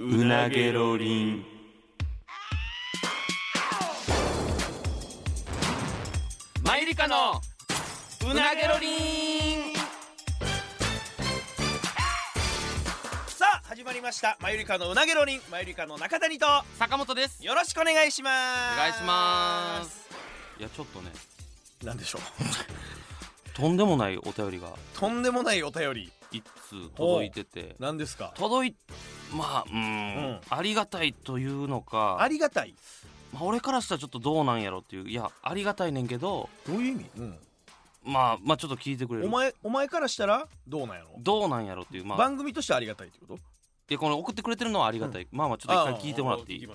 うなげろりん。マユリカのうなげろりん。 さあ始まりました、マユリカのうなげろりん。マユリカの中谷と坂本です。 よろしくお願いします。 お願いします。いやちょっとね、 なんでしょうとんでもないお便りがとんでもないお便り一通届いてて、 何ですか？ まあありがたいというのか、 ありがたい、 まあ、俺からしたらちょっとどうなんやろっていう、いやありがたいねんけど、 どういう意味？ まあちょっと聞いてくれる？ お前からしたらどうなんやろ？ どうなんやろっていう、まあ番組としてありがたいってこと？ いやこの送ってくれてるのはありがたい、まあちょっと一回聞いてもらっていい？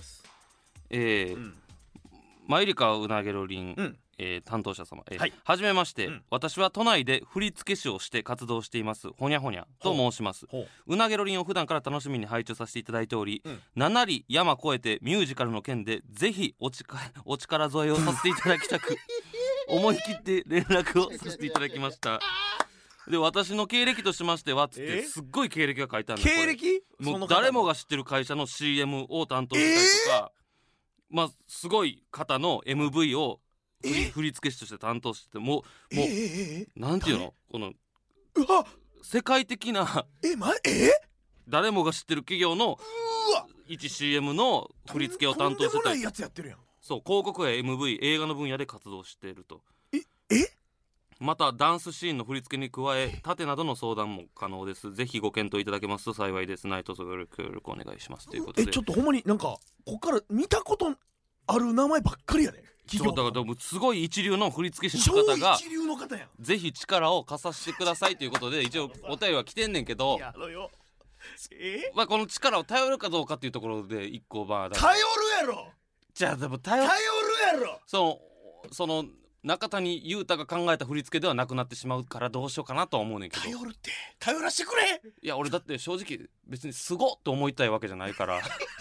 マユリカうなげろりん、担当者様、はじめまして、私は都内で振付師をして活動していますほにゃほにゃと申します。うなげろりんを普段から楽しみに拝聴させていただいており、7里山越えてミュージカルの件でぜひお力添えをさせていただきたく思い切って連絡をさせていただきました。で私の経歴としましてはつってすっごい経歴が書いてあるんです。 経歴？ もう誰もが知ってる会社の CM を担当したりとか、まあすごい方の MV を振付師として担当してて、もうなんていうの、この世界的な誰もが知ってる企業の一 CM の振り付けを担当してたり、とんでもないやつやってるやん。 そう、広告や MV 映画の分野で活動していると。またダンスシーンの振り付けに加え盾などの相談も可能です。ぜひご検討いただけますと幸いです。何卒ご協力お願いしますということで。 ちょっとほんまになんかここから見たことある名前ばっかりやで。 そうだからでもすごい一流の振付師の方が超一流の方やん。 ぜひ力を貸させてくださいということで一応お便りは来てんねんけど、まあこの力を頼るかどうかっていうところで一個頼るやろ。 じゃあでも頼るやろ。 その中谷裕太が考えた振り付けではなくなってしまうからどうしようかなとは思うねんけど。 頼らせてくれ。 いや俺だって正直別にすごっと思いたいわけじゃないから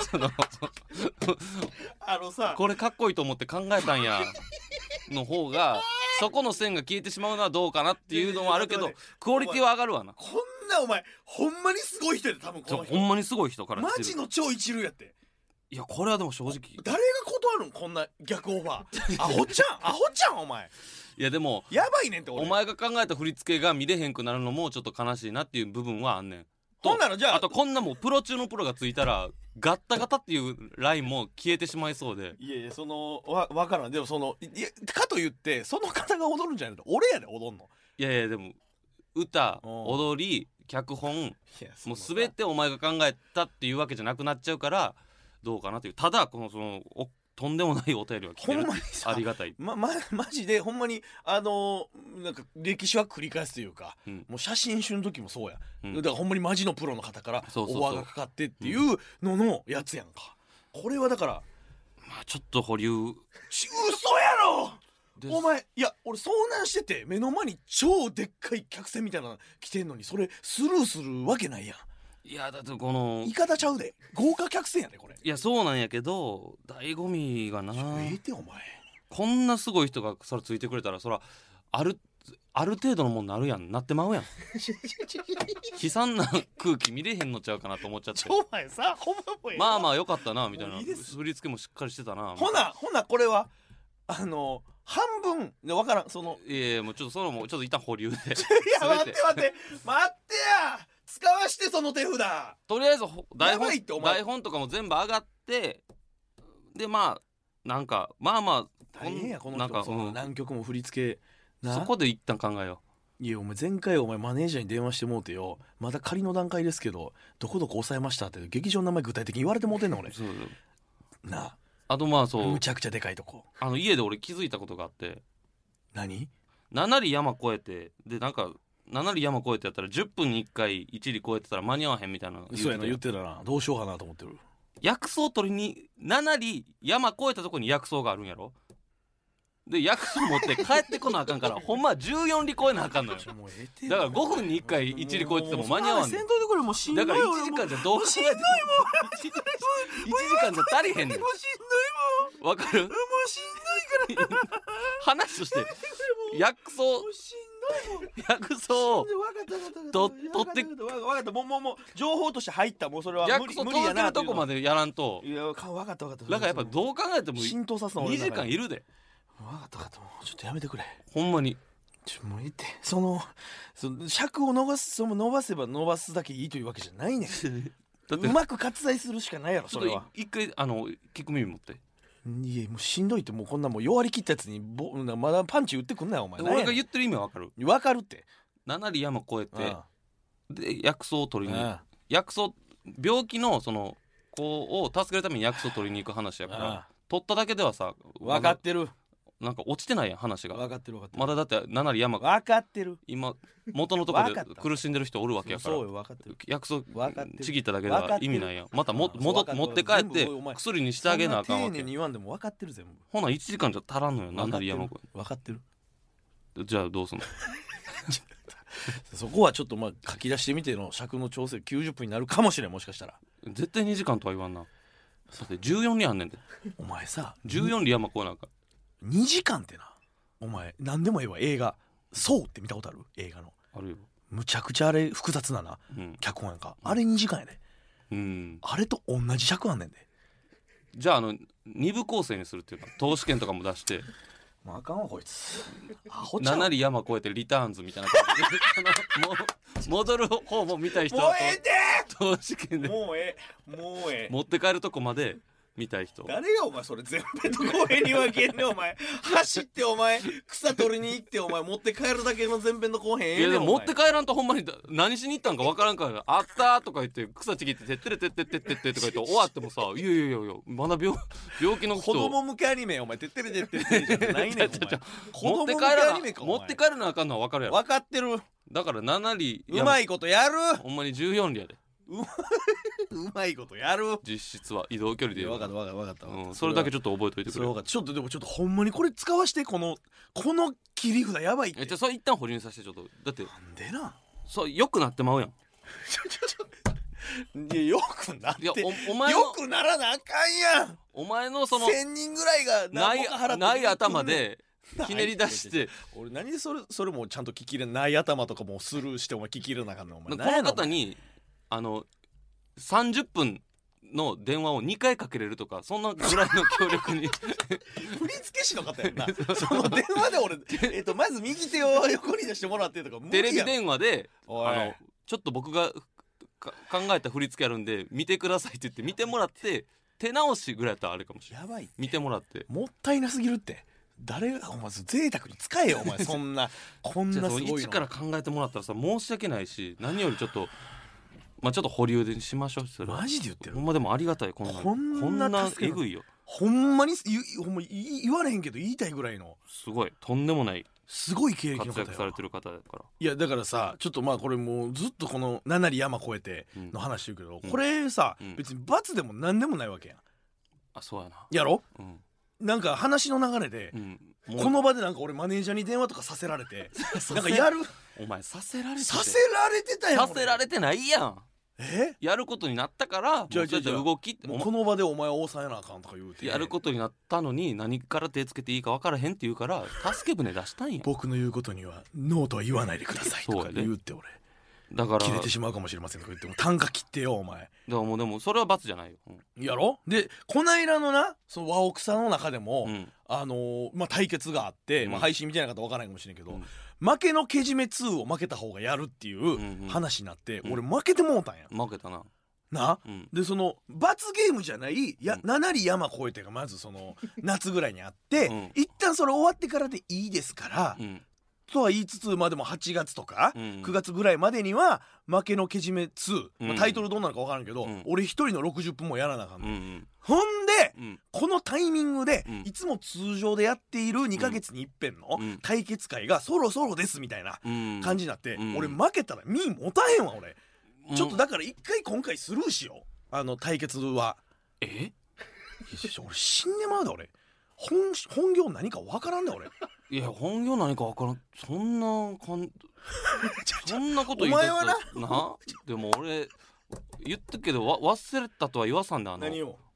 さこれかっこいいと思って考えたんやの方がそこの線が消えてしまうのはどうかなっていうのもあるけど、クオリティは上がるわな。 こんなお前ほんまにすごい人で、多分この人ほんまにすごい人からマジの超一流やって。 いやこれはでも正直誰が断るん、こんな逆オファー。アホちゃんお前。 いやでもやばいねんって。 お前が考えた振り付けが見れへんくなるのもちょっと悲しいなっていう部分はあんねん。 ほんならじゃあとこんなもうプロ中のプロがついたらガッタガタっていうラインも消えてしまいそうで。 いやわからん。でもかと言ってその方が踊るんじゃないの、俺やで踊んの。 いやでも歌踊り脚本もう全てお前が考えたっていうわけじゃなくなっちゃうからどうかなという。ただとんでもないお便りは来てる。ありがたい。 マジでほんまになんか歴史は繰り返すというか、もう写真集の時もそうや、だからほんまにマジのプロの方からオファーがかかってっていうののやつやんか。これはだからまあちょっと保留。 嘘やろお前。いや俺遭難してて目の前に超でっかい客船みたいなの来てんのにそれスルーするわけないやん。 いやだってこの言い方ちゃうで、豪華客船やでこれ。 いやそうなんやけど醍醐味がな、 お前こんなすごい人がそれついてくれたらそらある程度のもんなるやん、なってまうやん悲惨な空気見れへんのちゃうかなと思っちゃってお前さほんまあよかったなみたいな。振り付けもしっかりしてたな。 ほなこれは半分で分からん。 いやもうちょっともうちょっと一旦保留でいや待ってや使わしてその手札。 とりあえず台本とかも全部上がってでまあなんかまあ大変やこの人。何曲も振り付けな。 そこで一旦考えよう。いやお前前回マネージャーに電話してもうてよ、まだ仮の段階ですけどどこどこ抑えましたって劇場の名前具体的に言われてもうてんの俺。 そうなあとそうむちゃくちゃでかいとこ。 家で俺気づいたことがあって。 何 7里山越えてでなんか7里山越えてやったら10分に1回1里越えてたら間に合わへんみたいな。 そうやな言ってたな。どうしようかなと思ってる。 薬草取りに7里山越えたとこに薬草があるんやろ。で薬草持って帰ってこなあかんからほんまは14里越えなあかんのよ。だから5分に1回1里越えてても間に合わんねん。だから1時間じゃどう考えても1時間じゃ足りへんねん。 もうしんどいもん。 わかる？ もうしんどいから話として薬草薬草を取って分かったもう情報として入った。もうそれは薬草無理やな届けるとこまでやらんと。 いや分かっただからやっぱどう考えても浸透さすの 2時間いるで。 分かったもうちょっとやめてくれほんまに。 もう言ってその尺を伸ばせば伸ばすだけいいというわけじゃないねんだってうまく割愛するしかないやろそれは。 一回聞く耳持って。 いやもうしんどいって。もうこんなもう弱り切ったやつにまだパンチ打ってくんなよお前。 俺が言ってる意味は分かる。 分かるって 7里山越えてで薬草を取りに薬草病気のその子を助けるために薬草を取りに行く話やから取っただけではさ分かってる。 なんか落ちてないやん話が。 分かってるまだだって7里山分かってる。 今元のところで苦しんでる人おるわけやから。 そうよ分かってる。 薬草ちぎっただけでは意味ないやん。また持って帰って薬にしてあげなあかんわけ。 丁寧に言わんでも分かってる全部。 ほな1時間じゃ足らんのよ7里山。 分かってる。 じゃあどうすんのそこはちょっと書き出してみての尺の調整90分になるかもしれん。もしかしたら絶対2時間とは言わんな。だって14里あんねんで。 お前さ 14里山こうなんか 2時間ってな。お前何でもええわ。映画そうって見たことある？映画のあるよ。 むちゃくちゃあれ複雑な脚本やんか。あれ2時間やで。あれと同じ尺あんねんで。 じゃあ2部構成にするっていうか投資券とかも出してもうあかんわこいつ。 7里山越えてリターンズみたいな感じでもう戻る方も見たい人はもうええで投資券でもうええ持って帰るとこまで見たい人。 誰がお前それ全部と公園に分けんねんお前。走ってお前草取りに行ってお前持って帰るだけの全編の後編ええねん。 いやでも持って帰らんとほんまに何しに行ったんか分からんからあったとか言って草ちぎっててってれてってってってってとか言って終わってもさいやまだ病気の人子供向けアニメお前てってれてってってじゃないねんお前。子供向けアニメか持って帰るなあかんのは分かるやろ。 分かってる。 だから7里うまいことやる。 ほんまに14里やで。 うまいことやる。 実質は移動距離で分かった、 それだけちょっと覚えといてくれ。 ちょっとでもちょっとほんまにこれ使わしてこの切り札やばいって。 じゃあそれ一旦保留にさせてちょっと。だってなんでなそう良くなってまうやん。 いやよくなっていやお前のよくならなあかんやん。 お前のその 1000人ぐらいがない頭でひねり出して俺何でそれもちゃんと聞き入れない頭とかもスルーしてお前聞き入れなあかんのお前。 この方に30分の電話を2回かけれるとかそんなぐらいの協力に振付師の方やんなその電話で俺まず右手を横に出してもらってとかテレビ電話でちょっと僕が考えた振り付けあるんで見てくださいって言って見てもらって手直しぐらいやったらあれかもしれない。 やばい見てもらってもったいなすぎるって。誰がお前贅沢に使えよお前そんなこんなすごいの一から考えてもらったらさ申し訳ないし何よりちょっとちょっと保留でしましょう。 マジで言ってる。 ほんまでもありがたい。こんなえぐいよ。 ほんまに言われへんけど言いたいぐらいのすごいとんでもないすごい経歴の方活躍されてる方だから。 いやだからさちょっとこれもうずっとこの7里山越えての話してるけど、これさ、別に罰でも何でもないわけやん。 あそうやな。 やろ、なんか話の流れで、この場でなんか俺マネージャーに電話とかさせられてなんかやる。 お前させられてたやん。 させられてないやん。やることになったからじゃ動きってこの場でお前抑えなあかんとか言うてやることになったのに何から手つけていいか分からへんって言うから助け舟出したんや。 僕の言うことにはノーとは言わないでくださいとか言うって俺だから切れてしまうかもしれませんとか言っても単価切ってよお前。 でもそれは罰じゃないよ、 やろ。でこないだのその和奥さんの中でも、対決があって、配信みたいな方分からないかもしれんけど、負けのけじめ2を負けた方がやるっていう話になって、俺負けてもうたんや。 負けたな。 でその罰ゲームじゃない7里山越えてがまずその夏ぐらいにあって、一旦それ終わってからでいいですから、とは言いつつでも8月とか9月ぐらいまでには負けのけじめ2、タイトルどうなのか分からんけど、俺一人の60分もやらなあかんの、ほんで、このタイミングで、いつも通常でやっている2ヶ月に一遍の対決会がそろそろですみたいな感じになって、俺負けたら身持たへんわ俺。ちょっとだから一回今回スルーしよう対決は。俺死んでまうで俺。本業何か分からんで俺。 いや本業何か分からん。そんなこと言うお前はなでも俺言ったけど忘れたとは言わさんだ。 何を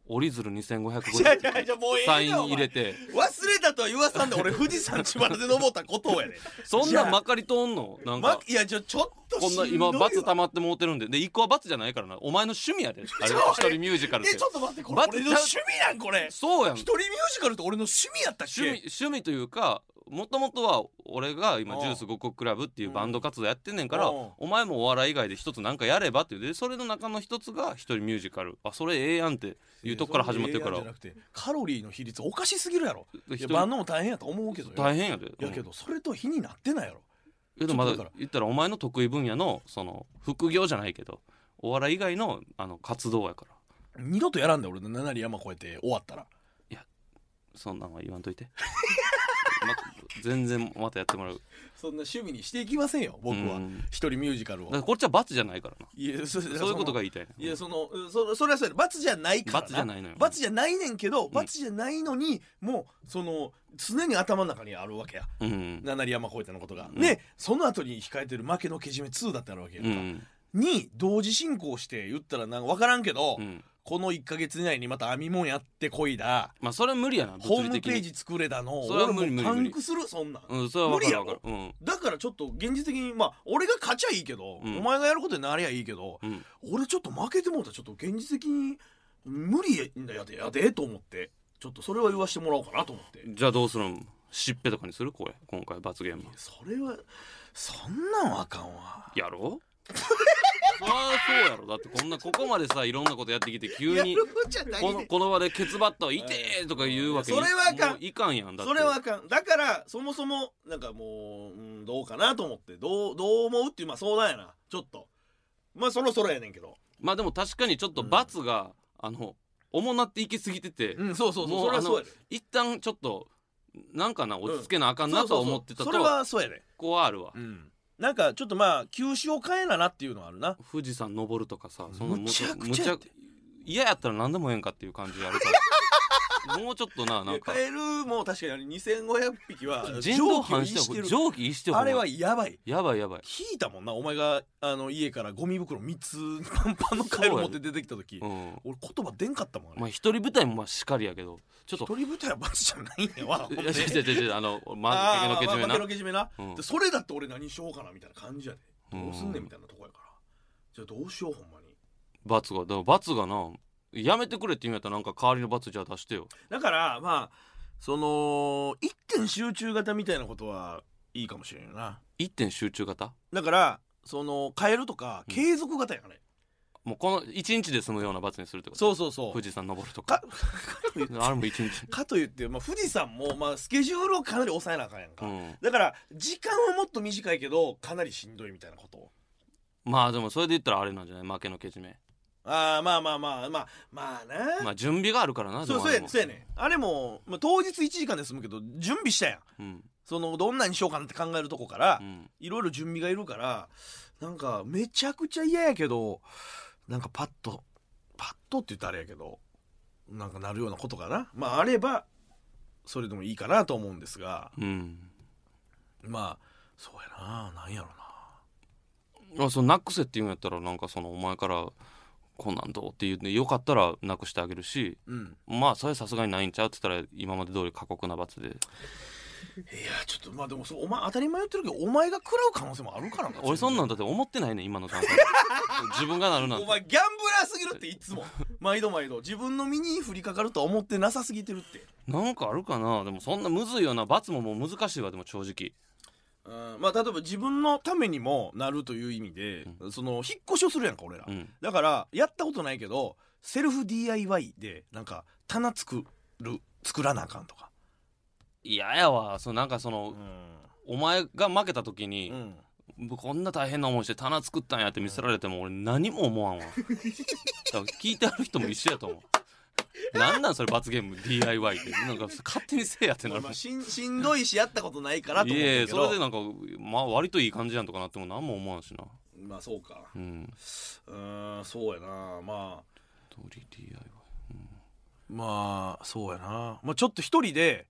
折り鶴2550 じゃあもうええサイン入れて忘れたとは言わさんで俺富士山自腹で登ったことやでそんなんまかりとんのなんか、 いやちょっとこんな今罰溜まってもうてるんで1個は罰じゃないからなお前の趣味やであれ一人ミュージカルってちょっと待ってこれ俺の趣味やんこれそうやん一人ミュージカルって俺の趣味やったっけ趣味というかもともとは俺が今ジュース五穀クラブっていうバンド活動やってんねんからお前もお笑い以外で一つなんかやればっていうでそれの中の一つが一人ミュージカルそれええやんっていうとこから始まってるからじゃなくてカロリーの比率おかしすぎるやろいやバンドも大変やと思うけど大変やでやけどそれと比になってないやろでもまだ言ったらお前の得意分野のその副業じゃないけどお笑い以外の活動やから二度とやらんで俺の7里山越えて終わったらいやそんなんは言わんといて全然またやってもらうそんな趣味にしていきませんよ僕は一人ミュージカルをだからこっちは罰じゃないからないやそういうことが言いたいいやそれはそうや罰じゃないからな罰じゃないのよ罰じゃないねんけど罰じゃないのにもう常に頭の中にあるわけや七里山越えてのことがでその後に控えてる負けのけじめ2だってあるわけやんかに同時進行して言ったらなんか分からんけどこの1ヶ月以内にまた編み物やってこいだまあそれは無理やなホームページ作れだのそれは無理俺もパンクするそんなんそれは分かる無理やろだからちょっと現実的にまあ俺が勝ちゃいいけどお前がやることになりゃいいけど俺ちょっと負けてもうたらちょっと現実的に無理やでと思ってちょっとそれは言わしてもらおうかなと思ってじゃあどうするんしっぺとかにするこれ今回罰ゲームそれはそんなんあかんわやろそりゃそうやろだってここまでさいろんなことやってきて急にこの場でケツバットいてーとか言うわけにそれはあかんいかんやんだってそれはあかんだからそもそもなんかもう、どうかなと思ってどう思うっていうまあ相談やなちょっとまあそろそろやねんけどまあでも確かにちょっと罰が、重なっていきすぎててそうそれはそうやで一旦ちょっとなんかな落ち着けなあかんなとは思ってたとそれはそうやでこうあるわなんかちょっとまあ休止を変えななっていうのはあるな富士山登るとかさそのむちゃくちゃ嫌やったら何でもええんかっていう感じあるからもうちょっとなんかカエルも確かに2500匹は人道反して蒸気してあれはやばい聞いたもんなお前が家からゴミ袋3つパンパンのカエル持って出てきた時俺言葉出んかったもんまあ一人舞台もまあしかりやけどちょっと一人舞台は罰じゃないねんわいや違う負けのけじめなそれだって俺何しようかなみたいな感じやでどうすんねんみたいなとこやからじゃあどうしようほんまに罰がなやめてくれって言うんやったらなんか代わりの罰じゃあ出してよだからまあ一点集中型みたいなことはいいかもしれんよな一点集中型だから変えるとか継続型やね、 もうこの1日で済むような罰にするってことそう富士山登るとかあれも1日かといって、まあ、富士山も、まあ、スケジュールをかなり抑えなあかんやんか、だから時間はもっと短いけどかなりしんどいみたいなことまあでもそれで言ったらあれなんじゃない負けのけじめまあなまあ準備があるからなそうやねあれも、まあ、当日1時間で済むけど準備したやん、どんなにしようかなって考えるとこからいろいろ準備がいるからなんかめちゃくちゃ嫌やけどなんかパッとって言ったらあれやけどなんかなるようなことかなまああればそれでもいいかなと思うんですが、まあそうやななんやろななくせって言うんやったらなんかお前からこんなんどうって言うよかったらなくしてあげるし、まあそれさすがにないんちゃうって言ったら今まで通り過酷な罰でいやちょっとまあでもお前当たり前言ってるけどお前が食らう可能性もあるからな俺そんなんだって思ってないね今の段階自分がなるなんてお前ギャンブラーすぎるっていつも毎度自分の身に降りかかるとは思ってなさすぎてるってなんかあるかなでもそんなむずいよな罰ももう難しいわでも正直まあ例えば自分のためにもなるという意味で、引っ越しをするやんか俺ら、だからやったことないけどセルフ DIY でなんか棚作らなあかんとか嫌やわなんかお前が負けた時に、こんな大変な思いして棚作ったんやって見せられても俺何も思わんわだから聞いてある人も一緒やと思うなんそれ罰ゲーム DIY ってなんか勝手にせえやってなる、 しんどいしやったことないからと思ってそれでなんかまあ割といい感じやんとかなっても何も思わんしなまあそうかそうやなまあ通り DIY、 まあそうやなまあちょっと一人で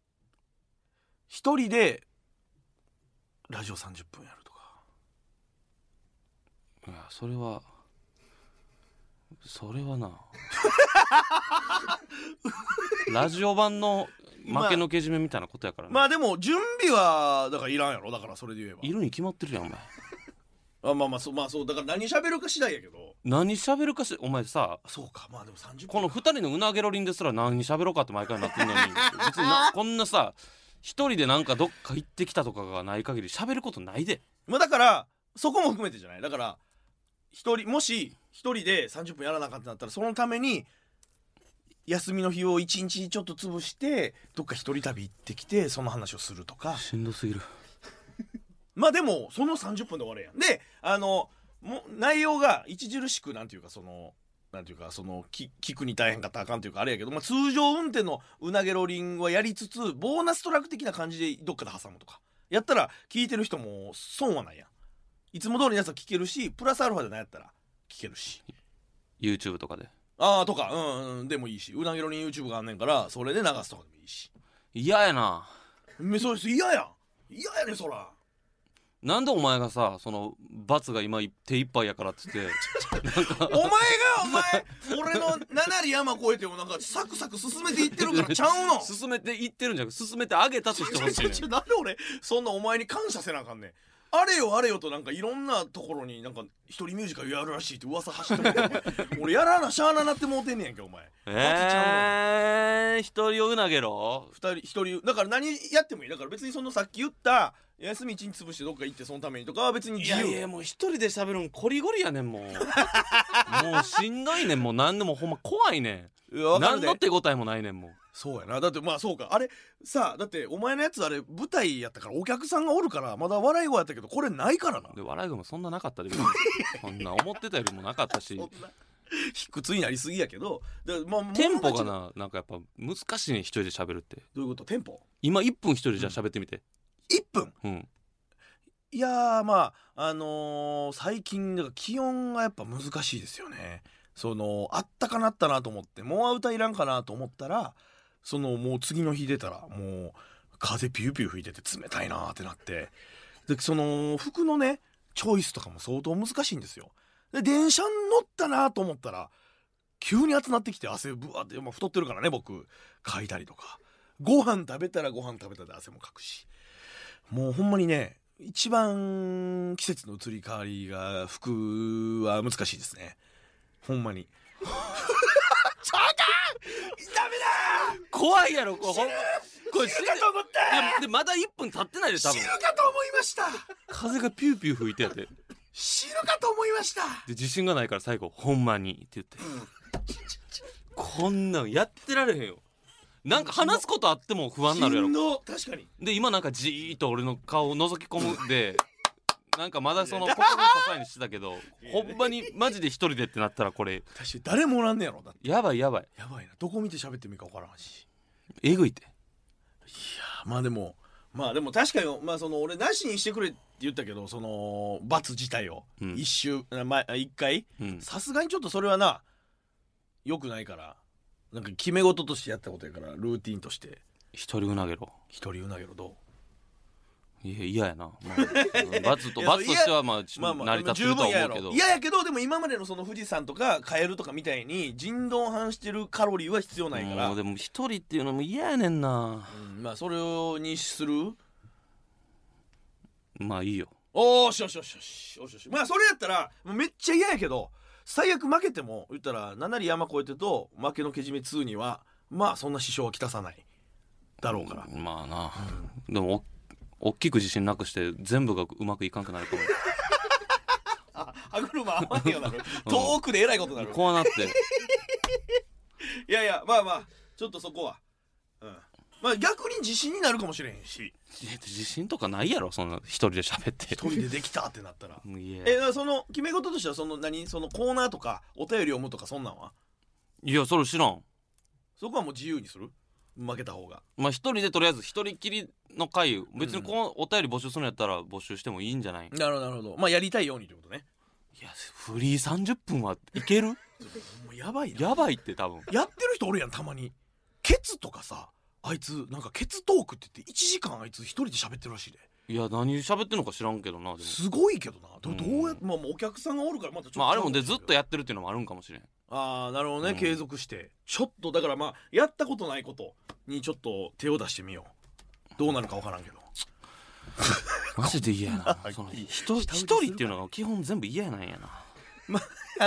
ラジオ30分やるとかいやそれはなラジオ版の負けのけじめみたいなことやからね。 まあでも準備はだからいらんやろ。だからそれで言えばいるに決まってるやんお前。 まあそうだから何喋るか次第やけど。 何喋るかお前さ、 そうか、まあでも30分この2人のうなげろりんですら何喋ろうかって毎回なってんのに別にこんなさ一人でなんかどっか行ってきたとかがない限り喋ることないで。 まあだからそこも含めてじゃない。だからもし一人で30分やらなかったんだったら、そのために休みの日を1日ちょっと潰してどっか一人旅行ってきてその話をするとか。 しんどすぎる。 まあでもその30分で終わるやん。でもう内容が著しくなんていうか聞くに大変かったらあかんというかあれやけど、まあ、通常運転のうなげろりんはやりつつボーナストラック的な感じでどっかで挟むとかやったら聞いてる人も損はないやん。いつも通りのやつは聞けるし、プラスアルファで何やったら聞けるし、 YouTube とかでとかでもいいし、うなげろりん YouTube があんねんからそれで流すとかでもいいし。 嫌やな。 そうです。嫌やねそら。 なんでお前がさその罰が今手一杯やからって言ってお前俺の七里山越えてもなんかサクサク進めていってるからちゃうの。 進めていってるんじゃなく進めてあげたとしてほしいねん。 なんで俺そんなお前に感謝せなあかんねん。あれよとなんかいろんなところになんか一人ミュージカルやるらしいって噂走ってるけど俺やらなしゃあななってもうてんねやんけお前。 一人をうなげろ一人だから何やってもいい。だから別にそのさっき言った休み一日潰してどっか行ってそのためにとかは別に自由。 いやもう一人で喋るんコリゴリやねんもうしんどいねんもう。何でもほんま怖いねん。何の手応えもないねんもう。 そうやな。だってまあそうか、あれさ、だってお前のやつあれ舞台やったからお客さんがおるからまだ笑い声やったけどこれないからな。 で笑い声もそんななかったでそんな思ってたよりもなかったし卑屈になりすぎやけど、 テンポがなんかやっぱ難しいねん一人で喋るって。 どういうこと？テンポ？ 今1分一人でじゃあ喋ってみて。 1分？ うん。 いやまあ最近だから気温がやっぱ難しいですよね。あったかなったなと思ってもうアウターいらんかなと思ったらもう次の日出たらもう風ピューピュー吹いてて冷たいなってなって、で服のねチョイスとかも相当難しいんですよ。で電車に乗ったなと思ったら急に暑なってきて汗ぶわって、太ってるからね僕かいたりとか、ご飯食べたらで汗もかくし、もうほんまにね一番季節の移り変わりが服は難しいですねほんまにちょかダメだ怖いやろこれ死ぬかと思ったでまだ1分経ってないで多分。 死ぬかと思いました。 風がピューピュー吹いてやって死ぬかと思いました。で自信がないから最後ほんまにって言って、こんなんやってられへんよ。なんか話すことあっても不安になるやろ。 確かに。 で今なんかじーっと俺の顔を覗き込むでなんかまだ心の支えにしてたけどほんまにマジで一人でってなったらこれ確かに誰もおらんねやろ。だってやばいな。 どこ見て喋ってもいいか分からんしえぐいて。いやまあでも確かに俺なしにしてくれって言ったけど罰自体を一回さすがにちょっとそれはな良くないから、なんか決め事としてやったことやからルーティンとして一人うなげろどう？ いや嫌やな、罰としては成り立ってるとは思うけど、 嫌やけどでも今までの富士山とかカエルとかみたいに陣痛反してるカロリーは必要ないから。 でも一人っていうのも嫌やねんな。 それにする？ まあいいよ。 おしそれやったらめっちゃ嫌やけど最悪負けても言ったら七里山越えてと負けのけじめ2にはそんな支障はきたさないだろうから。 まあな、でも大きく自信なくして全部がうまくいかんくなるかも歯車合わんようになる遠くでえらいことになるこうなっていやちょっとそこは逆に自信になるかもしれへんし。 自信とかないやろそんな一人で喋って一人でできたってなったらその決め事としてはそのコーナーとかお便り読むとかそんなんは？ いやそれ知らん。 そこはもう自由にする？負けた方が一人でとりあえず一人きりの回別にこのお便り募集するんやったら募集してもいいんじゃない？ なるほどやりたいようにってことね。 いやフリー30分はいける？もうやばいって多分やってる人おるやんたまに。ケツとかさあいつなんかケツトークって言って1時間あいつ一人で喋ってるらしいで。 いや何喋ってんのか知らんけどな。でもすごいけどな。どうやってお客さんがおるからまたちょっとあれもでずっとやってるっていうのもあるんかもしれん。 なるほどね、継続してちょっとだからやったことないことにちょっと手を出してみよう。どうなるか分からんけどマジで嫌やなその一人っていうのが基本全部嫌なんやな。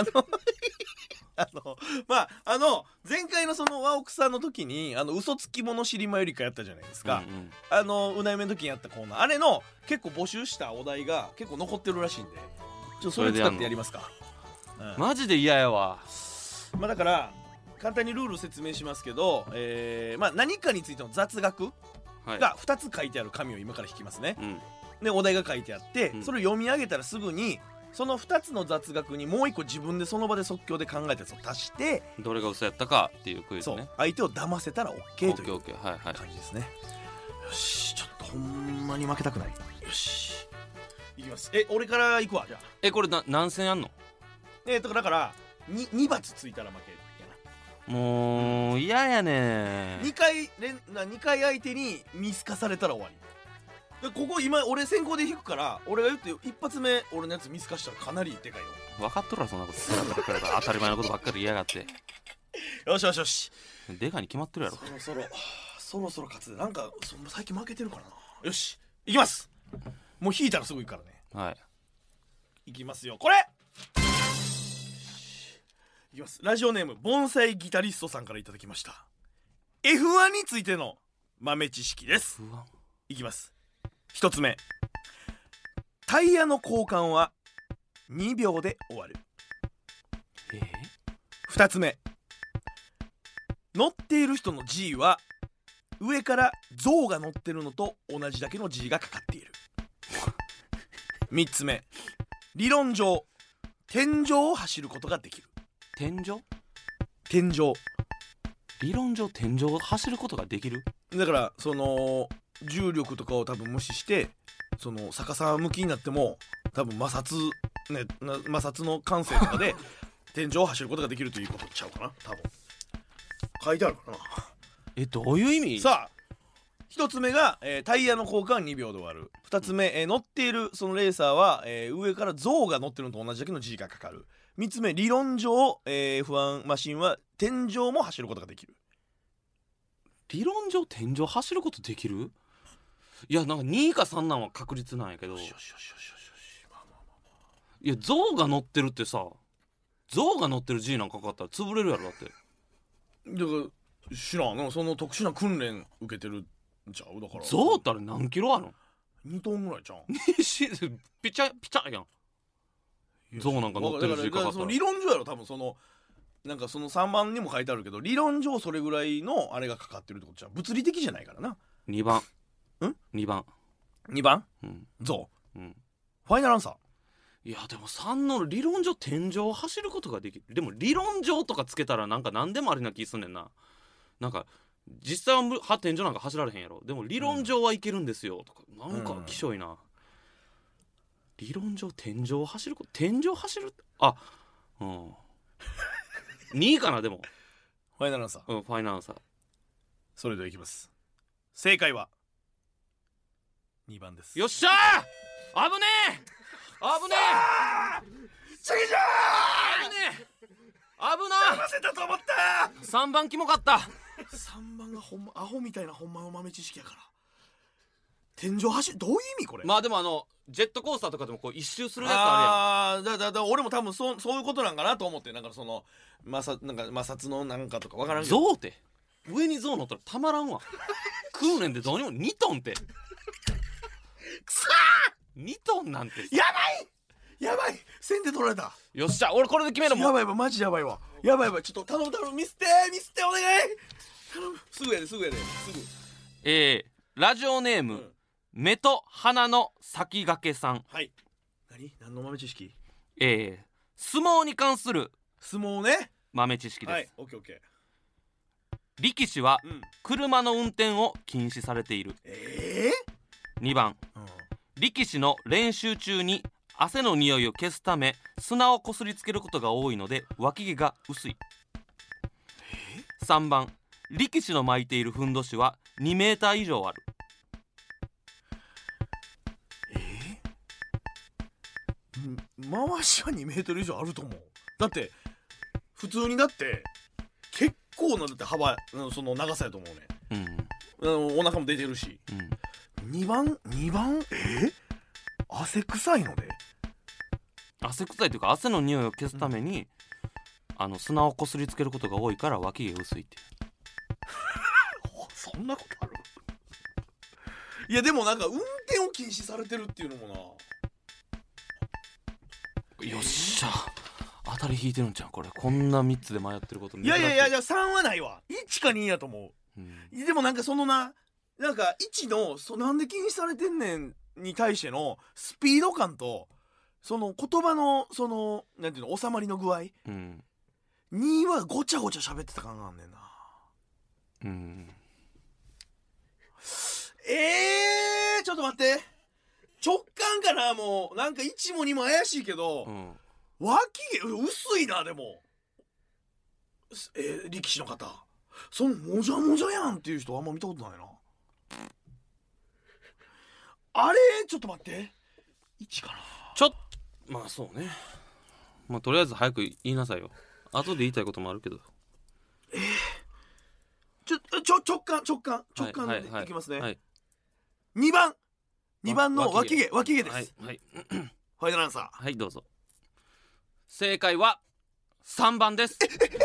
前回のそのワオクさんの時に嘘つき者知りまよりかやったじゃないですか、うなゆめの時にやったコーナー、あれの結構募集したお題が結構残ってるらしいんで、ちょっとそれ使ってやりますか。 マジで嫌やわ。 だから簡単にルール説明しますけど、何かについての雑学が2つ書いてある紙を今から引きますね、でお題が書いてあって、それを読み上げたらすぐにその2つの雑学にもう1個自分でその場で即興で考えたやつを足してどれが嘘やったかっていうクイズね。 そう相手を騙せたら OK という感じですね。よし、ちょっとほんまに負けたくない。よしいきます。俺から行くわ。じゃあこれ何戦やんの？ だから 2罰ついたら負けやな。もう嫌やね。 2回相手に見透かされたら終わり。ここ今俺先行で引くから、俺が言って一発目俺のやつ見透かしたらかなりでかいよ。 分かっとるわそんなこと当たり前のことばっかり言いやがってよしよしよし、 でかに決まってるやろ。 そろそろ勝つで。なんか最近負けてるからな。よしいきます。もう引いたらすぐ行くからね。 はい、 いきますよ。これいきます。ラジオネーム盆栽ギタリストさんからいただきました F1 についての豆知識です。いきます。1つ目、タイヤの交換は2秒で終わる。2つ目、乗っている人の G は上から象が乗ってるのと同じだけの G がかかっている。3つ目、理論上天井を走ることができる。 天井理論上天井を走ることができる。 だからその重力とかを多分無視してその逆さ向きになっても多分摩擦の感性とかで天井を走ることができるということちゃうかな。多分書いてあるかな。 どういう意味？ さあ1つ目が、タイヤの交換は2秒で終わる。2つ目、乗っているそのレーサーは、上から象が乗ってるのと同じだけの G がかかる。3つ目、理論上、F1 マシンは天井も走ることができる。 理論上天井走ることできる？いやなんか2か3なんは確率なんやけど、いや象が乗ってるってさ、象が乗ってる G なんかかかったら潰れるやろ。だってだから知らん、なんかその特殊な訓練受けてるんちゃう。だから象ってあれ何キロあるの ？2トンぐらいちゃうピチャやん。象なんか乗ってる G かかったら理論上やろ。多分そのなんかその3番にも書いてあるけど理論上それぐらいのあれがかかってるってことじゃん。物理的じゃないからな。 2番2番、 象、ファイナルアンサー。いやでも3の理論上天井を走ることができる。でも理論上とかつけたらなんか何でもありな気すんねんな。なんか実際は天井なんか走られへんやろ。でも理論上はいけるんですよとか、なんかきしょいな。理論上天井を走ること、天井走る、2位かな。でもファイナルアンサー。 ファイナルアンサー。 それではいきます。正解は2番です。 よっしゃー、危ねえチャキジャー、危な騙せたと思った。 3番キモかった。 3番がほんまアホみたいなほんまの豆知識やから。天井走るどういう意味これ？ まあでもジェットコースターとかでもこう一周するやつあるやん。だ俺も多分そういうことなんかなと思って。なんかそのなんか摩擦のなんかとかわからんけど。 象って上に象乗ったらたまらんわ。訓練でどうにも2トンってくそー2トンなんてやばい線で取られた。 よっしゃ、俺これで決めるもん。 やばいマジやばいわ。ちょっと頼むミスってお願い頼む。すぐやですぐ。 ラジオネーム、目と鼻の先駆けさん。 はい。何の豆知識？ 相撲に関する相撲ね豆知識です。はい、 オッケー。 力士は車の運転を禁止されている。2番、力士の練習中に汗の匂いを消すため砂をこすりつけることが多いので脇毛が薄い。3番、力士の巻いているふんどしは2メーター以上ある。 回しは2メートル以上あると思う。だって普通にだって結構なだって幅その長さやと思うね、お腹も出てるし、2番汗臭いので汗臭いというか汗の匂いを消すために、砂をこすりつけることが多いから脇毛薄いってそんなことある？いやでもなんか運転を禁止されてるっていうのもな。 よっしゃ当たり引いてるんじゃんこれ。こんな3つで迷ってること珍しい。 いや3はないわ。1か2やと思う、でもなんかそのなんか1のなんで禁止されてんねんに対してのスピード感とその言葉のそのなんていうの収まりの具合、2はごちゃごちゃ喋ってた感があんねんな。ちょっと待って、直感かな。もうなんか1も2も怪しいけど、脇毛薄いな。でも力士の方そのもじゃもじゃやんっていう人あんま見たことないな。あれちょっと待って1かな。 まあそうね。まあとりあえず早く言いなさいよ。後で言いたいこともあるけど。 直感でいきますね。2番の脇毛です。ファイナルアンサー。 はいどうぞ。正解は3番です。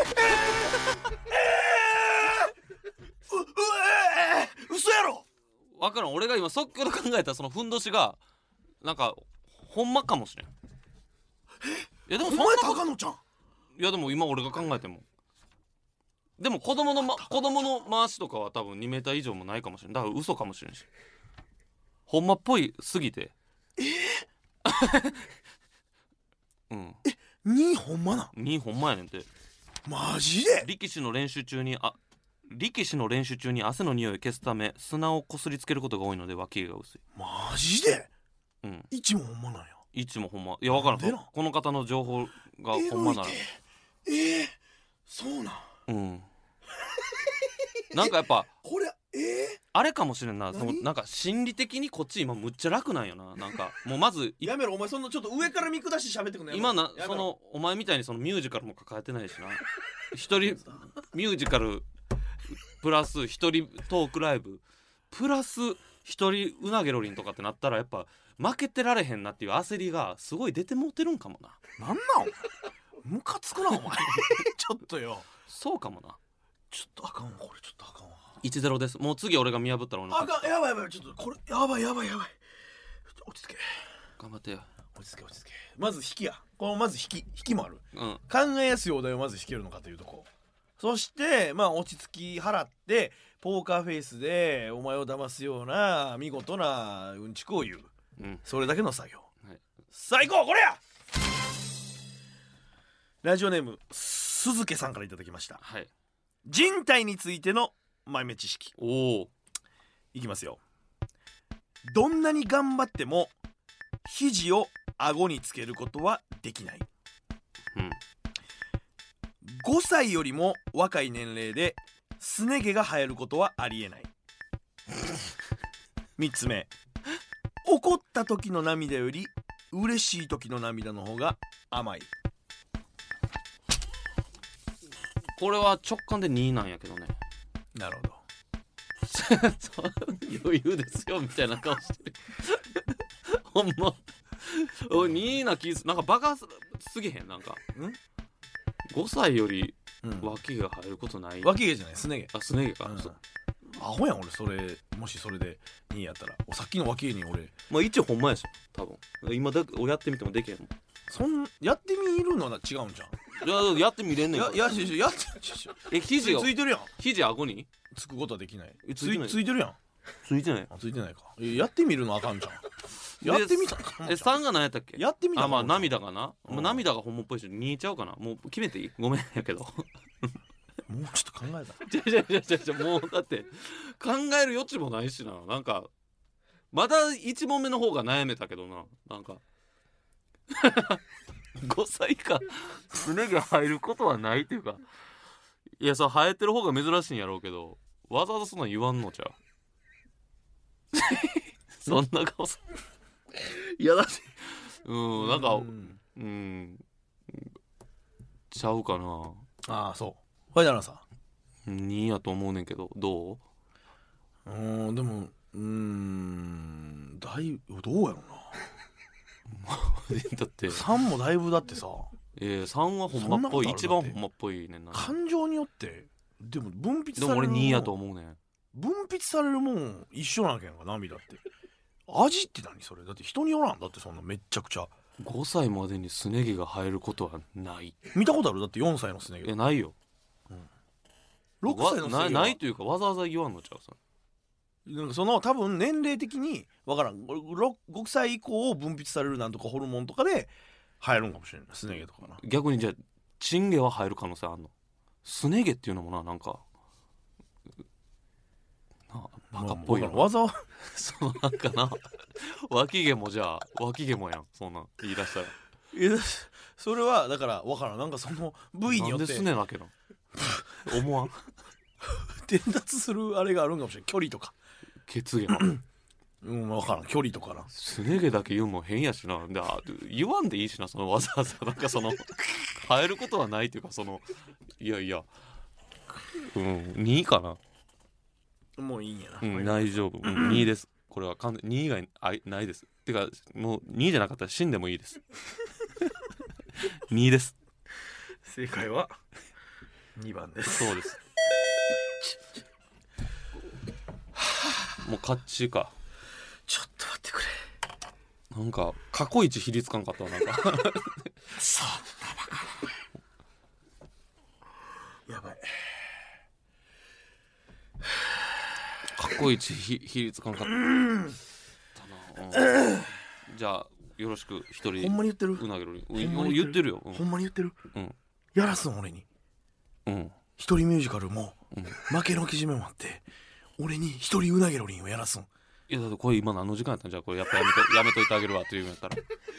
嘘やろ。 分からん。俺が今即興で考えたそのふんどしがなんかほんまかもしれん。いやでもそんなこと高野ちゃん。 いやでも今俺が考えてもでも子供の回しとかは多分2メーター以上もないかもしれん。だから嘘かもしれんしほんまっぽいすぎて 2ほんまな。 2ほんまやねんて。 マジで。 力士の練習中に汗の匂いを消すため砂をこすりつけることが多いので脇毛が薄い。 マジで。1もほんまなんや。 1もほんま。いや分からん。この方の情報がほんまならそうなんなんかやっぱこれあれかもしれんな。なんか心理的にこっち今むっちゃ楽なんよな。なんかもうまずやめろお前。そのちょっと上から見下して喋ってくんのやめろ。 今そのお前みたいにそのミュージカルも抱えてないしな一人ミュージカルプラス一人トークライブプラス一人うなげろりんとかってなったらやっぱ負けてられへんなっていう焦りがすごい出てもうてるんかもな。 なんムカつくなお前ちょっとよ。 そうかもな。 ちょっとあかんわこれ。ちょっとあかんわ。 1-0です。もう次俺が見破ったら俺のあかん。やばいちょっとこれやばい落ち着け。 頑張ってよ。 落ち着け。まず引きや。このまず引きもある、考えやすいお題をまず引けるのかというとこ。そしてまあ落ち着き払ってポーカーフェイスでお前を騙すような見事なうんちくを言う、それだけの作業、最高これや。ラジオネーム鈴家さんからいただきました、人体についての豆知識。いきますよ。どんなに頑張っても肘を顎につけることはできない、5歳よりも若い年齢ですね毛が生えることはありえない。3つ目、怒った時の涙より嬉しい時の涙の方が甘い。 これは直感で2なんやけどね。 なるほど余裕ですよみたいな顔してるほんま2な気なんかバカすぎへん。なんか5歳より脇毛が生えることない、 脇毛じゃないすね毛。 すね毛か、 アホやん俺。それもしそれで2やったらさっきの脇毛に俺まあ一応ほんまやし多分今だやってみてもできへんもん。 やってみるのは違うんじゃん。 やってみれんねんから。 やって肘がついてるやん。 肘顎につくことはできない。 ついてるやん。 ついてない。 ついてないか。やってみるのあかんじゃん。やってみたら 3が何やったっけ。 やってみたらまあ涙がな、涙がほんまっぽいし2ちゃうかな。もう決めていい。ごめんやけどもうちょっと考えた。じゃもうだって考える余地もないしな。なんかまだ1問目の方が悩めたけどな。なんか5歳かすね毛生えることはないっていうか、いや生えてる方が珍しいんやろうけどわざわざそんなん言わんのちゃうそんな顔すいやだってなんかちゃうかな。 ああそうファイナルさん2やと思うねんけどどうでもだいぶどうやろなだって 3もだいぶだってさ 3はほんまっぽい一番ほんまっぽいねんな感情によってでも分泌されるでも俺2やと思うねん分泌されるもん一緒なんやんか涙って味って何それだって人によらんだってそんなめっちゃくちゃ 5歳までにすね毛が生えることはない見たことあるだって4歳のすね毛ないよ、 6歳のすね毛ないというかわざわざ言わんのちゃうさなんかその多分年齢的に分からん5歳以降分泌されるなんとかホルモンとかで生えるんかもしれないすね毛とかな逆にじゃあチン毛は生える可能性あんのすね毛っていうのもなんかバカっぽいよな、 わざわざそうなんかな脇毛もじゃあ脇毛もやんそんなん言い出したらそれはだから分からんなんかその部位によってなんですねなけな思わん伝達するあれがあるんかもしれん距離とか血毛分からん距離とかなすね毛だけ言うのも変やしなで言わんでいいしなそのわざわざなんかその生えることはないっていうかそのいや2かなもういいんやな、 大丈夫、2ですこれは完全2以外ないですてかもう2じゃなかったら死んでもいいです2です正解は2番ですそうですもう勝ちかちょっと待ってくれなんか過去一比率感かったわなんかそんなバカやばい過去一比率感かったな、じゃあよろしく一人ほんまに言ってるうなげろに言ってるよ、 ほんまに言ってる、やらすん俺に一人ミュージカルも、負けのけじめもあって俺に一人うなげろりんをやらすんいやだってこれ今何の時間やったんじゃあこれやっぱやめといてあげるわっていうんやったら待ってくれ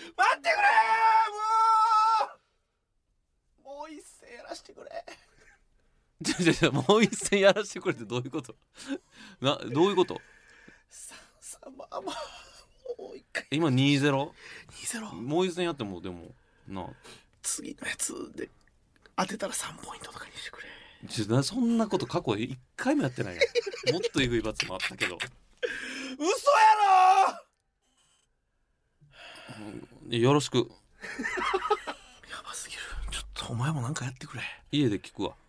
もう一戦やらしてくれもう一戦やらせてくれってどういうことどういうことまあもう一回今 2-0 2-0 もう一戦やってもでもな次のやつで当てたら3ポイントとかにしてくれそんなこと過去1回もやってないよもっとえぐい罰もあったけど嘘やろよろしくやばすぎるちょっとお前もなんかやってくれ家で聞くわ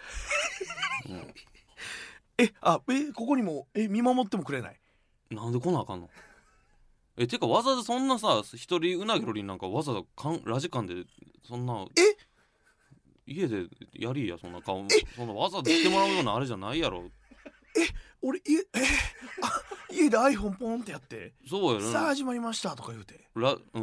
ここにも見守ってもくれないなんで来なあかんのてかわざわざそんなさ一人うなぎろりんなんかわざわざラジカンでそんな家でやりやそんな顔そんなわざわざしてもらうようなあれじゃないやろ俺家で iPhone ポンってやってそうやねさあ始まりましたとか言うて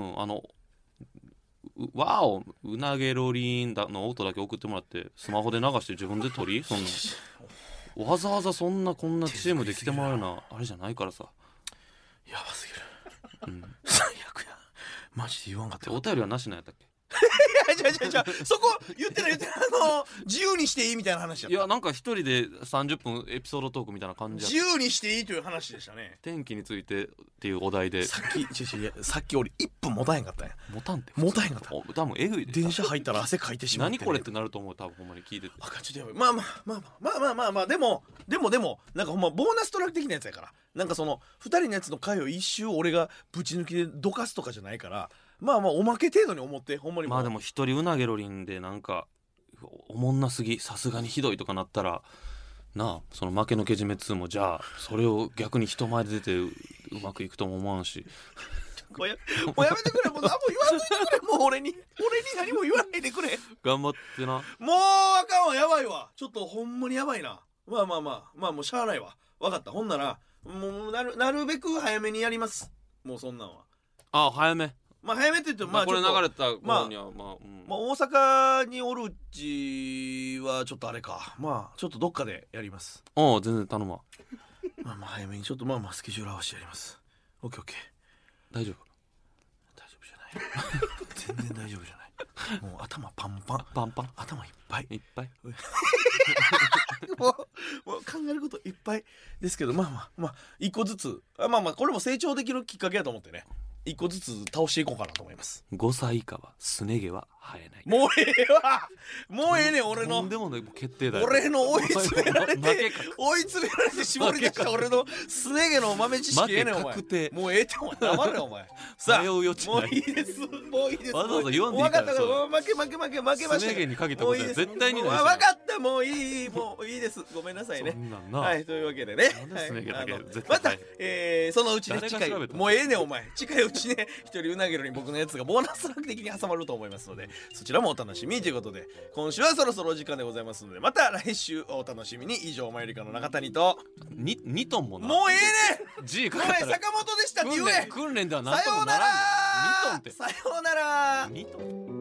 わおうなげろりんの音だけ送ってもらってスマホで流して自分で撮りそんなわざわざそんなこんなチームで来てもらうようなあれじゃないからさやばすぎる、最悪やマジで言わんかったお便りはなしなんやったっけじゃそこ言ってない自由にしていいみたいな話やったいやなんか一人で30分エピソードトークみたいな感じ自由にしていいという話でしたね天気についてっていうお題でさっき俺1分持たへんかったんや持たんって持たへんかった多分えぐいで電車入ったら汗かいてしまって、 何これってなると思う多分ほんまに聞いててちょっとやばいまあでもなんかほんまボーナストラック的なやつやからなんかその2人のやつの回を一周俺がぶち抜きでどかすとかじゃないからまあおまけ程度に思ってほんまにまあでも一人うなげろりんでなんかおもんなすぎさすがにひどいとかなったらなあその負けのけじめ2もじゃあそれを逆に人前で出てうまくいくとも思わんしもうやめてくれもう何も言わんといてくれもう俺に何も言わないでくれ頑張ってなもうあかんわやばいわちょっとほんまにやばいなまあもうしゃあないわ分かったほんならもうなるべく早めにやりますもうそんなんは早め早めって言ってもこれ流れた頃には大阪におるうちはちょっとあれかちょっとどっかでやります全然頼むわ早めにちょっとスケジュール合わせてやりますオッケー大丈夫じゃない全然大丈夫じゃないもう頭パンパン頭いっぱいもう考えることいっぱいですけど一個ずつこれも成長できるきっかけやと思ってね一個ずつ倒していこうかなと思います。 5歳以下はすね毛は生えない。 もうええわ、もうええねん。俺のでもね、決定だよ。 俺の追い詰められて絞り出した俺のすね毛の豆知識ええねんお前。もうええってお前黙れお前。さあもういいです、もういいです。 わざわざ言わんでいいから。 分かった、負けました。 すね毛にかけたことは絶対にない。 分かった、もういいです。ごめんなさいね。はい、というわけでね、またそのうちね、近い、もうええねんお前、近いうちね、一人うなげろに僕のやつがボーナスラック的に挟まると思いますので、そちらもお楽しみということで、今週はそろそろお時間でございますので、また来週お楽しみに。以上、マユリカの中谷と 2トンもな、 もうええねん。 G かかったら坂本でしたって言え。 訓練では何トンもならん。2トンってさようなら。 2トン